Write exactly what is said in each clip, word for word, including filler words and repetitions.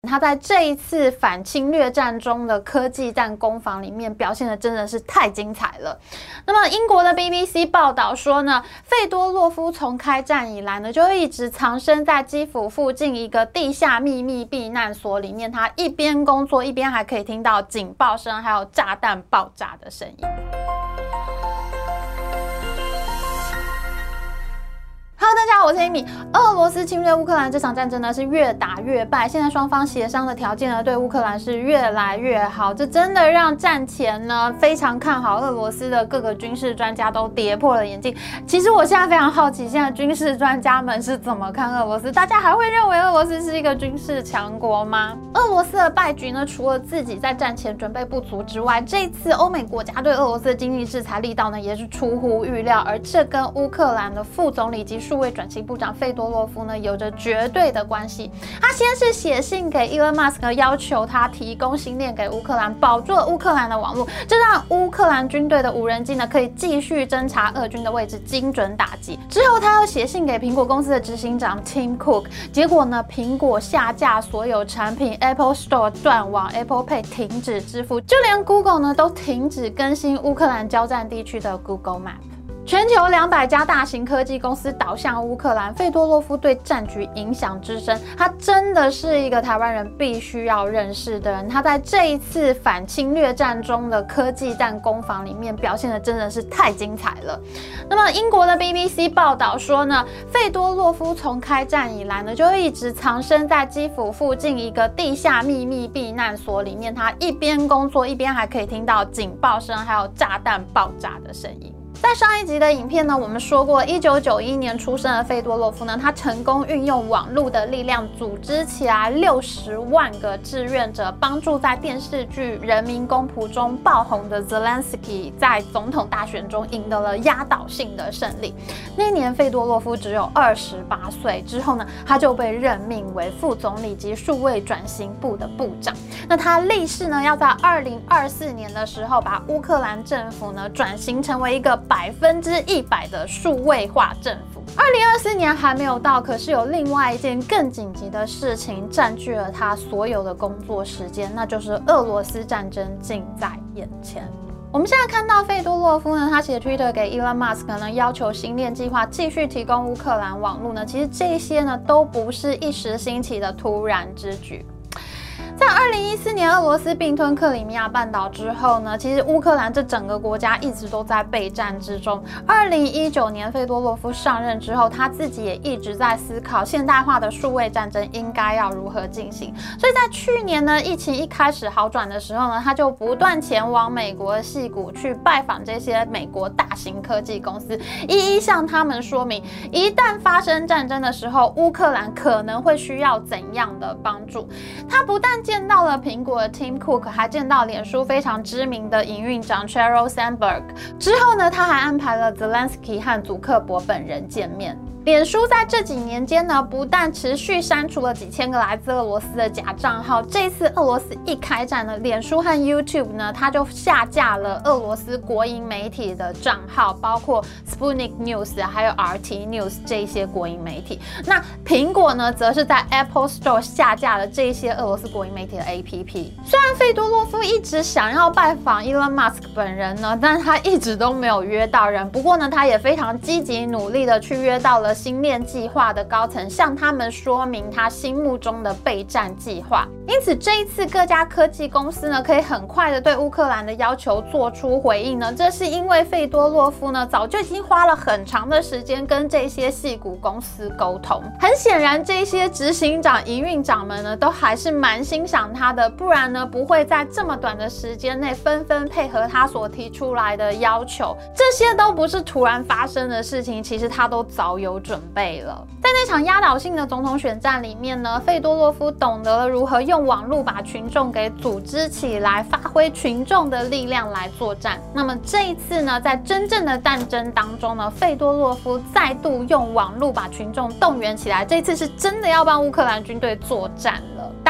他在这一次反侵略战中的科技战攻防里面表现的真的是太精彩了。那么英国的 B B C 报道说呢，费多洛夫从开战以来呢，就一直藏身在基辅附近一个地下秘密避难所里面，他一边工作一边还可以听到警报声，还有炸弹爆炸的声音。Hello， 大家好，我是 Amy。俄罗斯侵略乌克兰这场战争呢是越打越败，现在双方协商的条件呢对乌克兰是越来越好，这真的让战前呢非常看好俄罗斯的各个军事专家都跌破了眼镜。其实我现在非常好奇，现在军事专家们是怎么看俄罗斯？大家还会认为俄罗斯是一个军事强国吗？俄罗斯的败局呢，除了自己在战前准备不足之外，这一次欧美国家对俄罗斯的经济制裁力道呢也是出乎预料，而这跟乌克兰的副总理及数位转型部长费多洛夫呢有着绝对的关系。他先是写信给 Elon Musk， 要求他提供星链给乌克兰，保住了乌克兰的网络，这让乌克兰军队的无人机呢可以继续侦察俄军的位置，精准打击。之后他又写信给苹果公司的执行长 Tim Cook， 结果呢苹果下架所有产品， Apple Store 断网， Apple Pay 停止支付，就连 Google 呢都停止更新乌克兰交战地区的 Google Map。全球两百家大型科技公司倒向乌克兰，费多洛夫对战局影响之深，他真的是一个台湾人必须要认识的人。他在这一次反侵略战中的科技战攻防里面表现的真的是太精彩了。那么英国的 B B C 报道说呢，费多洛夫从开战以来呢，就一直藏身在基辅附近一个地下秘密避难所里面，他一边工作一边还可以听到警报声，还有炸弹爆炸的声音。在上一集的影片呢，我们说过，一九九一年出生的费多洛夫呢，他成功运用网络的力量，组织起来六十万个志愿者，帮助在电视剧《人民公仆》中爆红的 Zelensky 在总统大选中赢得了压倒性的胜利。那年费多洛夫只有二十八岁，之后呢，他就被任命为副总理及数位转型部的部长。那他立誓呢，要在二零二四年的时候，把乌克兰政府呢转型成为一个百分之一百的数位化政府。二零二四年还没有到，可是有另外一件更紧急的事情占据了他所有的工作时间，那就是俄罗斯战争近在眼前。我们现在看到费多洛夫呢，他写 Twitter 给 Elon Musk 呢，要求星链计划继续提供乌克兰网络呢，其实这些呢都不是一时兴起的突然之举。在二零一四年俄罗斯并吞克里米亚半岛之后呢，其实乌克兰这整个国家一直都在备战之中。二零一九年费多洛夫上任之后，他自己也一直在思考现代化的数位战争应该要如何进行。所以在去年呢，疫情一开始好转的时候呢，他就不断前往美国的矽谷去拜访这些美国大型科技公司，一一向他们说明，一旦发生战争的时候，乌克兰可能会需要怎样的帮助。他不但见到了苹果的 Tim Cook， 还见到脸书非常知名的营运长 Sheryl Sandberg。之后呢，他还安排了 Zelensky 和祖克伯本人见面。脸书在这几年间呢，不但持续删除了几千个来自俄罗斯的假账号，这次俄罗斯一开战呢，脸书和 YouTube 呢，它就下架了俄罗斯国营媒体的账号，包括 Sputnik News 还有 R T News 这些国营媒体。那苹果呢，则是在 Apple Store 下架了这些俄罗斯国营媒体的 A P P。虽然费多洛夫一直想要拜访 Elon Musk 本人呢，但他一直都没有约到人。不过呢，他也非常积极努力的去约到了星链计划的高层，向他们说明他心目中的备战计划。因此这一次各家科技公司呢，可以很快的对乌克兰的要求做出回应呢，这是因为费多洛夫呢早就已经花了很长的时间跟这些矽谷公司沟通。很显然这些执行长、营运长们呢，都还是蛮欣赏他的，不然呢不会在这么短的时间内纷纷配合他所提出来的要求。这些都不是突然发生的事情，其实他都早有准备了。在那场压倒性的总统选战里面呢，费多洛夫懂得了如何用网络把群众给组织起来，发挥群众的力量来作战。那么这一次呢，在真正的战争当中呢，费多洛夫再度用网络把群众动员起来，这一次是真的要帮乌克兰军队作战了。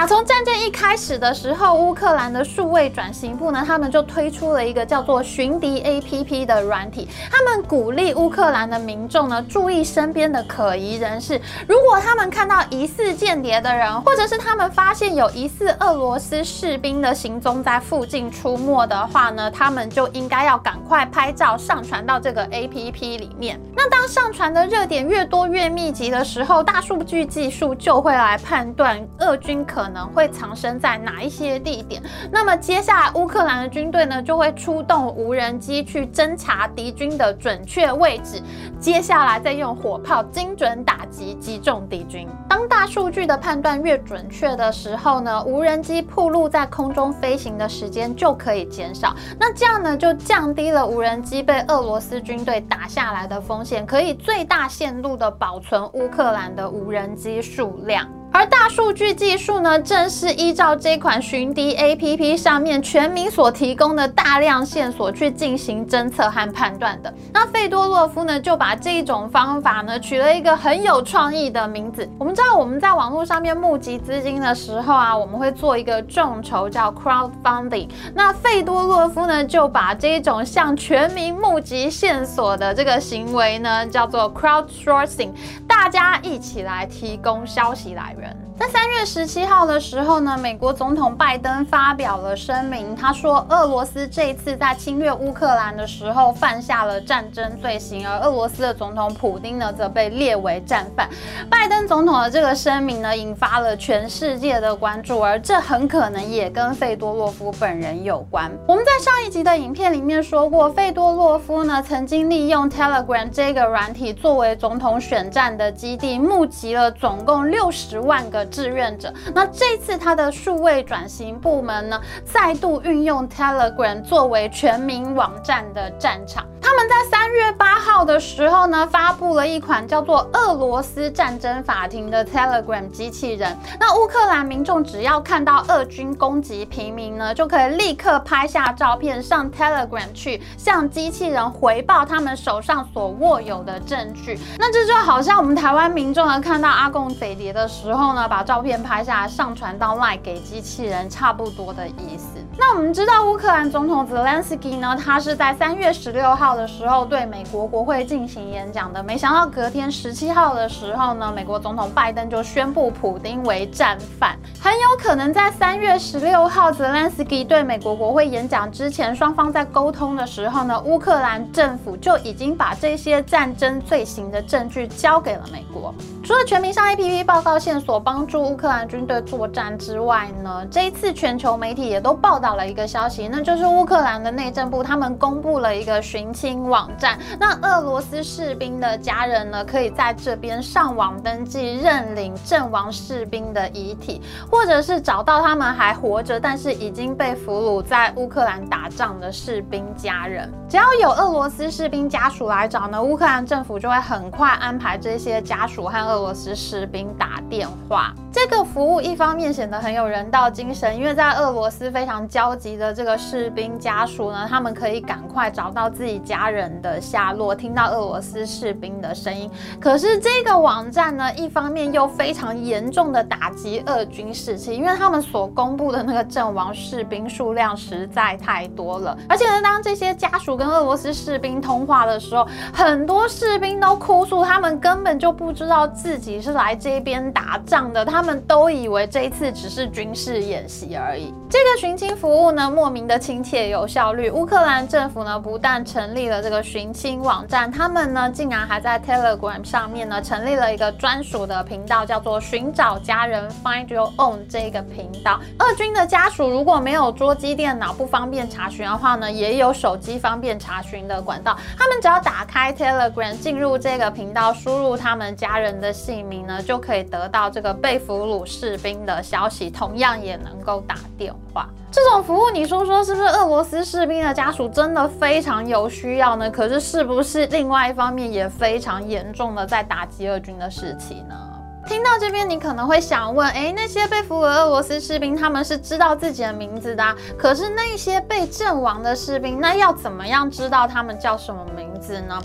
打从战争一开始的时候，乌克兰的数位转型部呢，他们就推出了一个叫做寻敌 A P P 的软体，他们鼓励乌克兰的民众呢注意身边的可疑人士，如果他们看到疑似间谍的人，或者是他们发现有疑似俄罗斯士兵的行踪在附近出没的话呢，他们就应该要赶快拍照上传到这个 A P P 里面。那当上传的热点越多越密集的时候，大数据技术就会来判断俄军可能会藏身在哪一些地点。那么接下来乌克兰的军队呢就会出动无人机去侦察敌军的准确位置，接下来再用火炮精准打击击中敌军。当大数据的判断越准确的时候呢，无人机暴露在空中飞行的时间就可以减少，那这样呢就降低了无人机被俄罗斯军队打下来的风险，可以最大限度的保存乌克兰的无人机数量。而大数据技术呢，正是依照这款寻敌 A P P 上面全民所提供的大量线索去进行侦测和判断的。那费多洛夫呢，就把这种方法呢取了一个很有创意的名字。我们知道我们在网络上面募集资金的时候啊，我们会做一个众筹叫 crowdfunding。那费多洛夫呢，就把这种向全民募集线索的这个行为呢，叫做 crowdsourcing， 大家一起来提供消息来源。在三月十七号的时候呢，美国总统拜登发表了声明，他说俄罗斯这一次在侵略乌克兰的时候犯下了战争罪行，而俄罗斯的总统普丁呢则被列为战犯。拜登总统的这个声明呢，引发了全世界的关注，而这很可能也跟费多洛夫本人有关。我们在上一集的影片里面说过，费多洛夫呢曾经利用 Telegram 这个软体作为总统选战的基地，募集了总共六十万个志愿者。那这次他的数位转型部门呢，再度运用 Telegram 作为全民网站的战场。他们在三月八号的时候呢，发布了一款叫做俄罗斯战争法庭的 Telegram 机器人。那乌克兰民众只要看到俄军攻击平民呢，就可以立刻拍下照片上 Telegram 去向机器人回报他们手上所握有的证据。那这就好像我们台湾民众呢看到阿共匪谍的时候呢，把照片拍下来上传到 LINE 给机器人差不多的意思。那我们知道乌克兰总统 Zelensky 呢，他是在三月十六号的时候对美国国会进行演讲的，没想到隔天十七号的时候呢，美国总统拜登就宣布普丁为战犯。很有可能在三月十六号 Zelensky 对美国国会演讲之前，双方在沟通的时候呢，乌克兰政府就已经把这些战争罪行的证据交给了美国。除了全民上 A P P 报告线索帮助乌克兰军队作战之外呢，这一次全球媒体也都报道了一个消息，那就是乌克兰的内政部他们公布了一个寻亲网站，那俄罗斯士兵的家人呢，可以在这边上网登记认领阵亡士兵的遗体，或者是找到他们还活着但是已经被俘虏在乌克兰打仗的士兵家人。只要有俄罗斯士兵家属来找呢，乌克兰政府就会很快安排这些家属和俄罗斯士兵打电话。这个服务一方面显得很有人道精神，因为在俄罗斯非常焦急的这个士兵家属呢，他们可以赶快找到自己家人的下落，听到俄罗斯士兵的声音。可是这个网站呢，一方面又非常严重的打击俄军士气，因为他们所公布的那个阵亡士兵数量实在太多了。而且呢，当这些家属跟俄罗斯士兵通话的时候，很多士兵都哭诉，他们根本就不知道自己是来这边打仗的，他们都以为这一次只是军事演习而已。这个寻亲服务呢，莫名的亲切有效率。乌克兰政府呢，不但成立了这个寻亲网站，他们呢，竟然还在 Telegram 上面呢，成立了一个专属的频道，叫做寻找家人 Find Your Own 这个频道。俄军的家属如果没有桌机电脑不方便查询的话呢，也有手机方便查询的管道。他们只要打开 Telegram 进入这个频道，输入他们家人的姓名呢，就可以得到这个被俘虏士兵的消息，同样也能够打电话。这种服务你说说是不是俄罗斯士兵的家属真的非常有需要呢？可是是不是另外一方面也非常严重的在打击俄军的士气呢？听到这边，你可能会想问，哎，那些被俘虏的俄罗斯士兵，他们是知道自己的名字的啊，可是那些被阵亡的士兵，那要怎么样知道他们叫什么名字呢？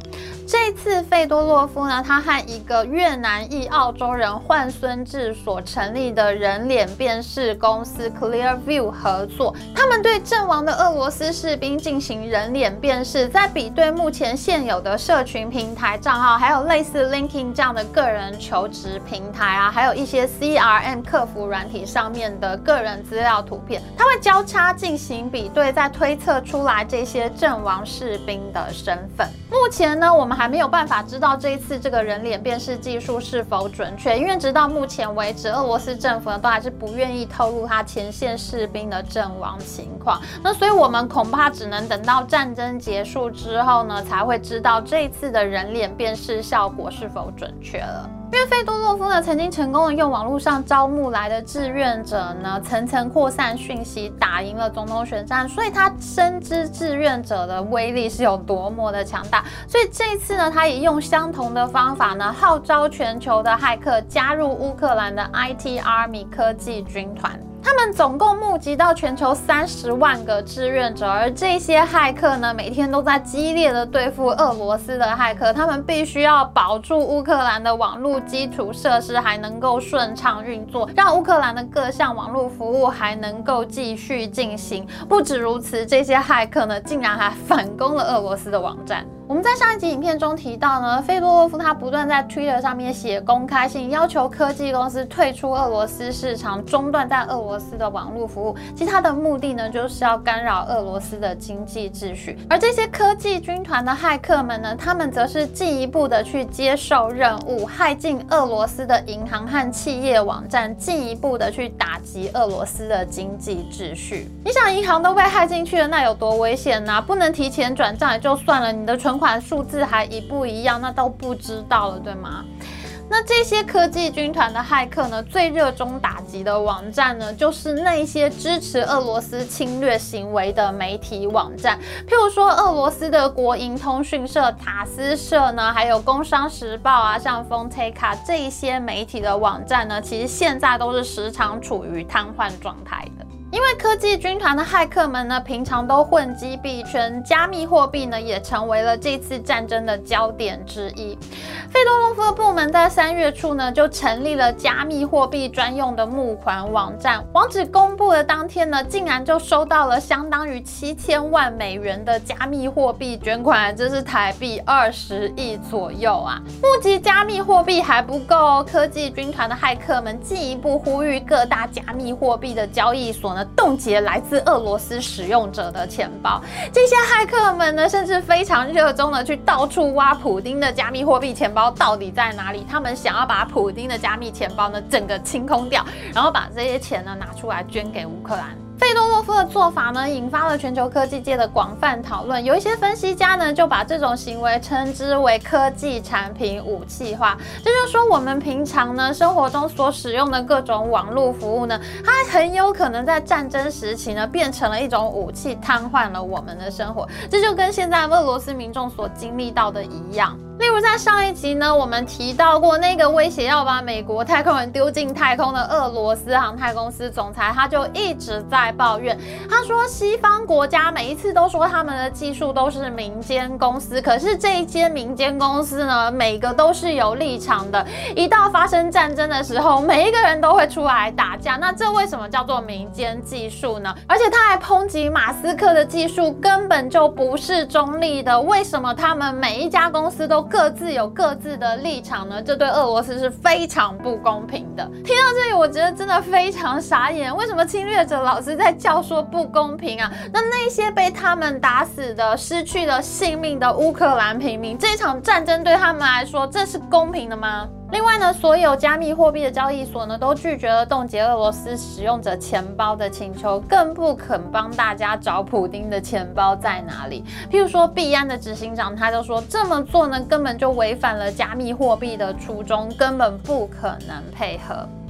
这次费多洛夫呢，他和一个越南裔澳洲人换孙智所成立的人脸辨识公司 Clearview 合作，他们对阵亡的俄罗斯士兵进行人脸辨识，在比对目前现有的社群平台账号，还有类似 LinkedIn 这样的个人求职平台啊，还有一些 C R M 客服软体上面的个人资料图片，它会交叉进行比对，再推测出来这些阵亡士兵的身份。目前呢，我们还没有办法知道这一次这个人脸辨识技术是否准确，因为直到目前为止，俄罗斯政府呢都还是不愿意透露他前线士兵的阵亡情况。那所以我们恐怕只能等到战争结束之后呢，才会知道这一次的人脸辨识效果是否准确了。因为费多洛夫呢，曾经成功的用网络上招募来的志愿者呢，层层扩散讯息，打赢了总统选战，所以他深知志愿者的威力是有多么的强大。所以这一次呢，他也用相同的方法呢，号召全球的骇客加入乌克兰的 I T Army 科技军团。他们总共募集到全球三十万个志愿者，而这些骇客呢，每天都在激烈的对付俄罗斯的骇客。他们必须要保住乌克兰的网络基础设施还能够顺畅运作，让乌克兰的各项网络服务还能够继续进行。不止如此，这些骇客呢，竟然还反攻了俄罗斯的网站。我们在上一集影片中提到呢，费多洛夫他不断在 Twitter 上面写公开信，要求科技公司退出俄罗斯市场，中断在俄罗斯的网络服务。其实他的目的呢，就是要干扰俄罗斯的经济秩序。而这些科技军团的骇客们呢，他们则是进一步的去接受任务，骇进俄罗斯的银行和企业网站，进一步的去打击俄罗斯的经济秩序。你想，银行都被骇进去了，那有多危险呢、啊？不能提前转账也就算了，你的存款数字还一不一样，那都不知道了，对吗？那这些科技军团的骇客呢，最热衷打击的网站呢，就是那些支持俄罗斯侵略行为的媒体网站，譬如说俄罗斯的国营通讯社塔斯社呢，还有工商时报啊，像 Fonteka 这一些媒体的网站呢，其实现在都是时常处于瘫痪状态的。因为科技军团的骇客们呢，平常都混迹币圈，加密货币呢也成为了这次战争的焦点之一。费多洛夫的部门在三月初呢，就成立了加密货币专用的募款网站，网址公布的当天呢，竟然就收到了相当于七千万美元的加密货币捐款，这是台币二十亿左右啊！募集加密货币还不够哦，科技军团的骇客们进一步呼吁各大加密货币的交易所呢，冻结来自俄罗斯使用者的钱包。这些骇客们呢，甚至非常热衷的去到处挖普丁的加密货币钱包到底在哪里。他们想要把普丁的加密钱包呢，整个清空掉，然后把这些钱呢拿出来捐给乌克兰。费多洛夫的做法呢，引发了全球科技界的广泛讨论。有一些分析家呢，就把这种行为称之为科技产品武器化。这就是说，我们平常呢生活中所使用的各种网络服务呢，它很有可能在战争时期呢，变成了一种武器，瘫痪了我们的生活。这就跟现在俄罗斯民众所经历到的一样。例如在上一集呢，我们提到过那个威胁要把美国太空人丢进太空的俄罗斯航太公司总裁，他就一直在抱怨，他说西方国家每一次都说他们的技术都是民间公司，可是这一些民间公司呢，每个都是有立场的，一到发生战争的时候，每一个人都会出来打架，那这为什么叫做民间技术呢？而且他还抨击马斯克的技术根本就不是中立的，为什么他们每一家公司都各自有各自的立场呢？这对俄罗斯是非常不公平的。听到这里，我觉得真的非常傻眼，为什么侵略者老是在叫说不公平啊？那那些被他们打死的、失去了性命的乌克兰平民，这场战争对他们来说，这是公平的吗？另外呢，所有加密货币的交易所呢，都拒绝了冻结俄罗斯使用者钱包的请求，更不肯帮大家找普丁的钱包在哪里。譬如说，币安的执行长他就说，这么做呢，根本就违反了加密货币的初衷，根本不可能配合。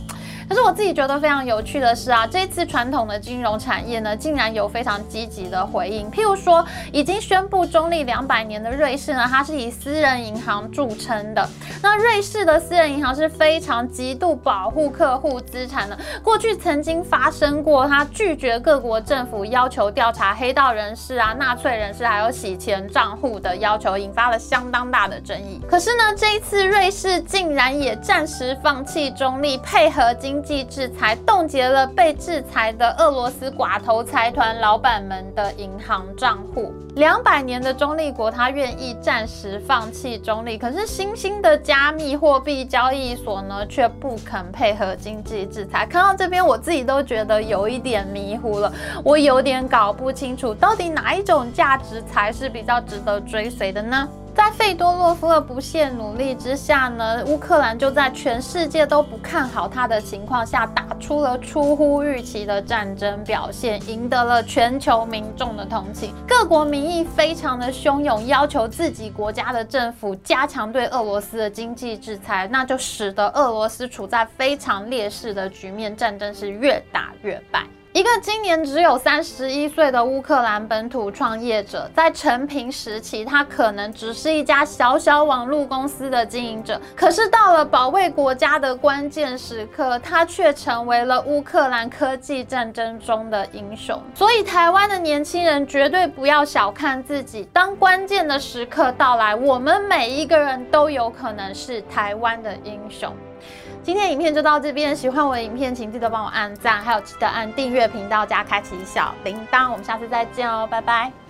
可是我自己觉得非常有趣的是啊，这一次传统的金融产业呢，竟然有非常积极的回应。譬如说，已经宣布中立两百年的瑞士呢，它是以私人银行著称的。那瑞士的私人银行是非常极度保护客户资产的。过去曾经发生过，它拒绝各国政府要求调查黑道人士啊、纳粹人士还有洗钱账户的要求，引发了相当大的争议。可是呢，这一次瑞士竟然也暂时放弃中立，配合经济制裁，冻结了被制裁的俄罗斯寡头财团老板们的银行账户。两百年的中立国，它愿意暂时放弃中立，可是新兴的加密货币交易所呢，却不肯配合经济制裁。看到这边，我自己都觉得有一点迷糊了，我有点搞不清楚，到底哪一种价值才是比较值得追随的呢？在费多洛夫的不懈努力之下呢，乌克兰就在全世界都不看好他的情况下，打出了出乎预期的战争表现，赢得了全球民众的同情。各国民意非常的汹涌，要求自己国家的政府加强对俄罗斯的经济制裁，那就使得俄罗斯处在非常劣势的局面，战争是越打越败。一个今年只有三十一岁的乌克兰本土创业者，在成平时期，他可能只是一家小小网络公司的经营者，可是到了保卫国家的关键时刻，他却成为了乌克兰科技战争中的英雄。所以，台湾的年轻人绝对不要小看自己，当关键的时刻到来，我们每一个人都有可能是台湾的英雄。今天的影片就到这边，喜欢我的影片请记得帮我按赞，还有记得按订阅频道加开启小铃铛，我们下次再见哦，拜拜。